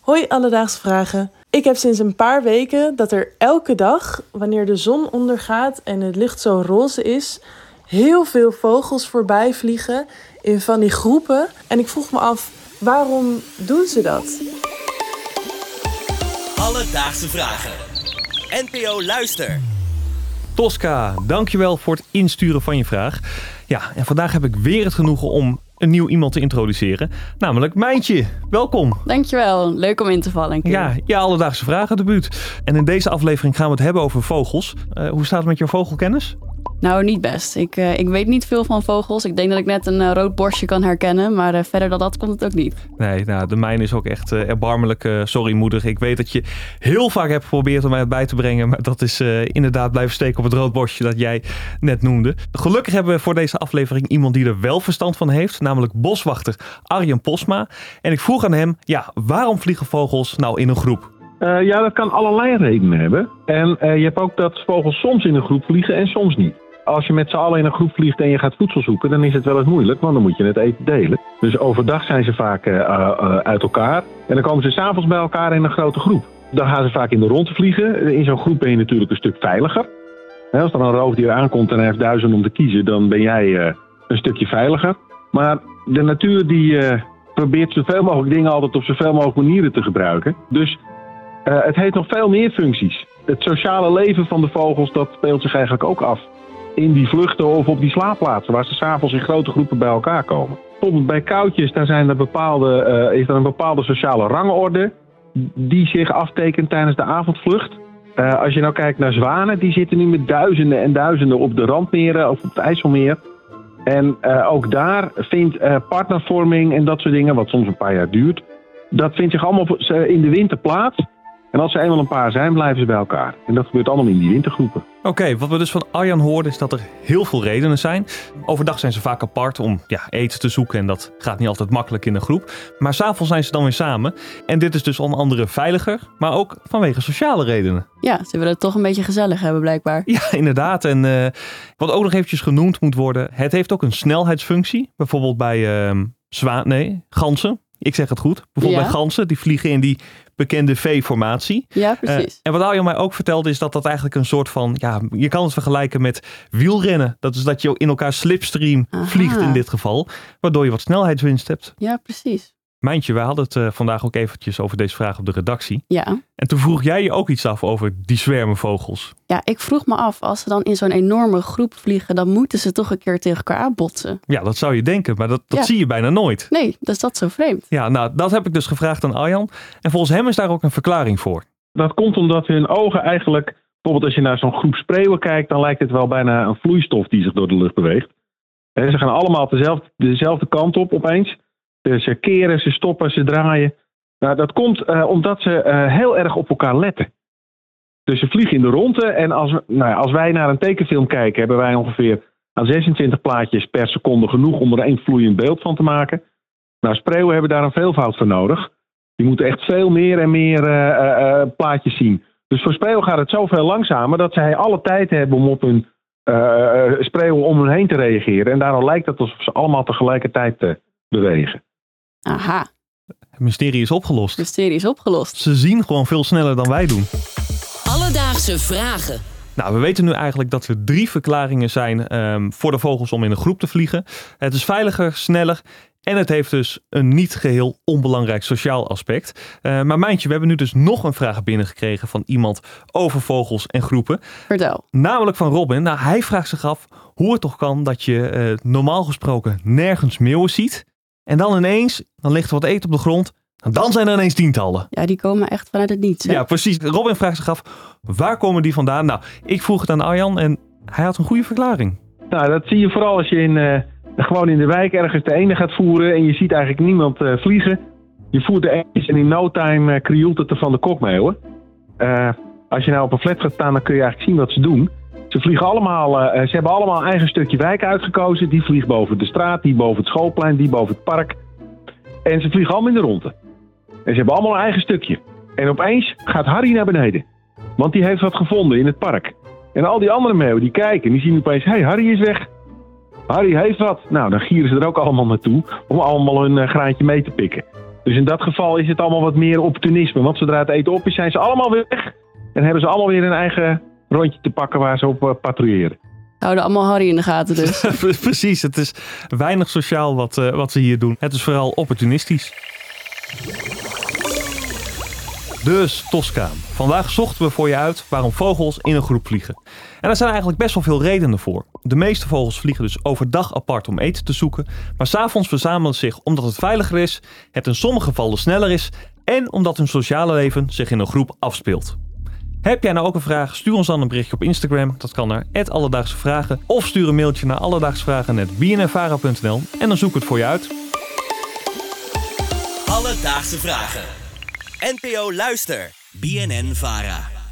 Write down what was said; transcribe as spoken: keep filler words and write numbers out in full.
Hoi Alledaagse Vragen. Ik heb sinds een paar weken dat er elke dag, wanneer de zon ondergaat en het licht zo roze is, heel veel vogels voorbij vliegen in van die groepen. En ik vroeg me af, waarom doen ze dat? Alledaagse Vragen. N P O Luister. Tosca, dankjewel voor het insturen van je vraag. Ja, en vandaag heb ik weer het genoegen om een nieuw iemand te introduceren. Namelijk Mijntje. Welkom. Dankjewel. Leuk om in te vallen. Ja, je Alledaagse Vragen debuut. En in deze aflevering gaan we het hebben over vogels. Uh, hoe staat het met jouw vogelkennis? Nou, niet best. Ik, uh, ik weet niet veel van vogels. Ik denk dat ik net een uh, rood borstje kan herkennen. Maar uh, verder dan dat komt het ook niet. Nee, nou, de mijne is ook echt uh, erbarmelijk. Uh, sorry moeder. Ik weet dat je heel vaak hebt geprobeerd om mij het bij te brengen. Maar dat is uh, inderdaad blijven steken op het rood borstje dat jij net noemde. Gelukkig hebben we voor deze aflevering iemand die er wel verstand van heeft. Namelijk boswachter Arjen Posma. En ik vroeg aan hem, ja, waarom vliegen vogels nou in een groep? Uh, ja, dat kan allerlei redenen hebben. En uh, je hebt ook dat vogels soms in een groep vliegen en soms niet. Als je met z'n allen in een groep vliegt en je gaat voedsel zoeken, dan is het wel eens moeilijk, want dan moet je het eten delen. Dus overdag zijn ze vaak uh, uh, uit elkaar en dan komen ze 's avonds bij elkaar in een grote groep. Dan gaan ze vaak in de ronde vliegen. In zo'n groep ben je natuurlijk een stuk veiliger. Als er een roofdier aankomt en hij heeft duizend om te kiezen, dan ben jij uh, een stukje veiliger. Maar de natuur die uh, probeert zoveel mogelijk dingen altijd op zoveel mogelijk manieren te gebruiken. Dus uh, het heeft nog veel meer functies. Het sociale leven van de vogels, dat speelt zich eigenlijk ook af in die vluchten of op die slaapplaatsen waar ze 's avonds in grote groepen bij elkaar komen. Bijvoorbeeld bij koutjes, daar zijn er bepaalde, uh, is er een bepaalde sociale rangorde die zich aftekent tijdens de avondvlucht. Uh, als je nou kijkt naar zwanen, die zitten nu met duizenden en duizenden op de randmeren of op het IJsselmeer. En uh, ook daar vindt uh, partnervorming en dat soort dingen, wat soms een paar jaar duurt, dat vindt zich allemaal in de winter plaats. En als ze eenmaal een paar zijn, blijven ze bij elkaar. En dat gebeurt allemaal in die wintergroepen. Oké, okay, wat we dus van Arjan hoorden is dat er heel veel redenen zijn. Overdag zijn ze vaak apart om ja, eten te zoeken en dat gaat niet altijd makkelijk in een groep. Maar 's avonds zijn ze dan weer samen. En dit is dus onder andere veiliger, maar ook vanwege sociale redenen. Ja, ze willen het toch een beetje gezellig hebben blijkbaar. Ja, inderdaad. En uh, wat ook nog eventjes genoemd moet worden, het heeft ook een snelheidsfunctie. Bijvoorbeeld bij uh, zwaan, nee, ganzen. Ik zeg het goed. Bijvoorbeeld ja. bij ganzen, die vliegen in die bekende V-formatie. Ja, precies. Uh, en wat Arjan mij ook vertelde is dat dat eigenlijk een soort van, ja, je kan het vergelijken met wielrennen. Dat is dat je in elkaar slipstream Aha. vliegt in dit geval, waardoor je wat snelheidswinst hebt. Ja, precies. Mijntje, wij hadden het uh, vandaag ook eventjes over deze vraag op de redactie. Ja. En toen vroeg jij je ook iets af over die zwermenvogels. Ja, ik vroeg me af, als ze dan in zo'n enorme groep vliegen, dan moeten ze toch een keer tegen elkaar aanbotsen. Ja, dat zou je denken, maar dat, dat ja. zie je bijna nooit. Nee, dus dat is zo vreemd. Ja, nou, dat heb ik dus gevraagd aan Arjan. En volgens hem is daar ook een verklaring voor. Dat komt omdat hun ogen eigenlijk, bijvoorbeeld als je naar zo'n groep spreeuwen kijkt, dan lijkt het wel bijna een vloeistof die zich door de lucht beweegt. En ze gaan allemaal dezelfde, dezelfde kant op opeens. Ze keren, ze stoppen, ze draaien. Nou, dat komt uh, omdat ze uh, heel erg op elkaar letten. Dus ze vliegen in de ronde. En als, we, nou ja, als wij naar een tekenfilm kijken, hebben wij ongeveer aan zesentwintig plaatjes per seconde genoeg om er één vloeiend beeld van te maken. Nou, spreeuwen hebben daar een veelvoud voor nodig. Die moeten echt veel meer en meer uh, uh, plaatjes zien. Dus voor spreeuwen gaat het zoveel langzamer dat zij alle tijd hebben om op hun uh, spreeuwen om hen heen te reageren. En daarom lijkt het alsof ze allemaal tegelijkertijd uh, bewegen. Aha. Het mysterie is opgelost. Het mysterie is opgelost. Ze zien gewoon veel sneller dan wij doen. Alledaagse Vragen. Nou, we weten nu eigenlijk dat er drie verklaringen zijn um, voor de vogels om in een groep te vliegen. Het is veiliger, sneller en het heeft dus een niet geheel onbelangrijk sociaal aspect. Uh, maar Mijntje, we hebben nu dus nog een vraag binnengekregen van iemand over vogels en groepen. Vertel. Namelijk van Robin. Nou, hij vraagt zich af hoe het toch kan dat je uh, normaal gesproken nergens meeuwen ziet. En dan ineens, dan ligt er wat eten op de grond. En dan zijn er ineens tientallen. Ja, die komen echt vanuit het niets. Hè? Ja, precies. Robin vraagt zich af, waar komen die vandaan? Nou, ik vroeg het aan Arjan en hij had een goede verklaring. Nou, dat zie je vooral als je in, uh, gewoon in de wijk ergens de ene gaat voeren en je ziet eigenlijk niemand uh, vliegen. Je voert de eentjes en in no time uh, krioelt het er van de kokmeeuwen. Uh, als je nou op een flat gaat staan, dan kun je eigenlijk zien wat ze doen. Ze vliegen allemaal, uh, ze hebben allemaal een eigen stukje wijk uitgekozen. Die vliegt boven de straat, die boven het schoolplein, die boven het park. En ze vliegen allemaal in de ronde. En ze hebben allemaal een eigen stukje. En opeens gaat Harry naar beneden. Want die heeft wat gevonden in het park. En al die andere meeuwen die kijken, die zien opeens, hé, hey, Harry is weg. Harry heeft wat. Nou, dan gieren ze er ook allemaal naartoe om allemaal hun uh, graantje mee te pikken. Dus in dat geval is het allemaal wat meer opportunisme. Want zodra het eten op is, zijn ze allemaal weer weg. En hebben ze allemaal weer een eigen rondje te pakken waar ze op uh, patrouilleren. Houden allemaal Harry in de gaten dus. Precies, het is weinig sociaal wat, uh, wat ze hier doen. Het is vooral opportunistisch. Dus Tosca, vandaag zochten we voor je uit waarom vogels in een groep vliegen. En daar zijn eigenlijk best wel veel redenen voor. De meeste vogels vliegen dus overdag apart om eten te zoeken, maar 's avonds verzamelen ze zich omdat het veiliger is, het in sommige gevallen sneller is en omdat hun sociale leven zich in een groep afspeelt. Heb jij nou ook een vraag? Stuur ons dan een berichtje op Instagram. Dat kan naar at Alledaagse Vragen. Of stuur een mailtje naar alledaagsvragen at b n n vara punt n l en dan zoek ik het voor je uit. Alledaagse Vragen. N P O Luister. B N N Vara.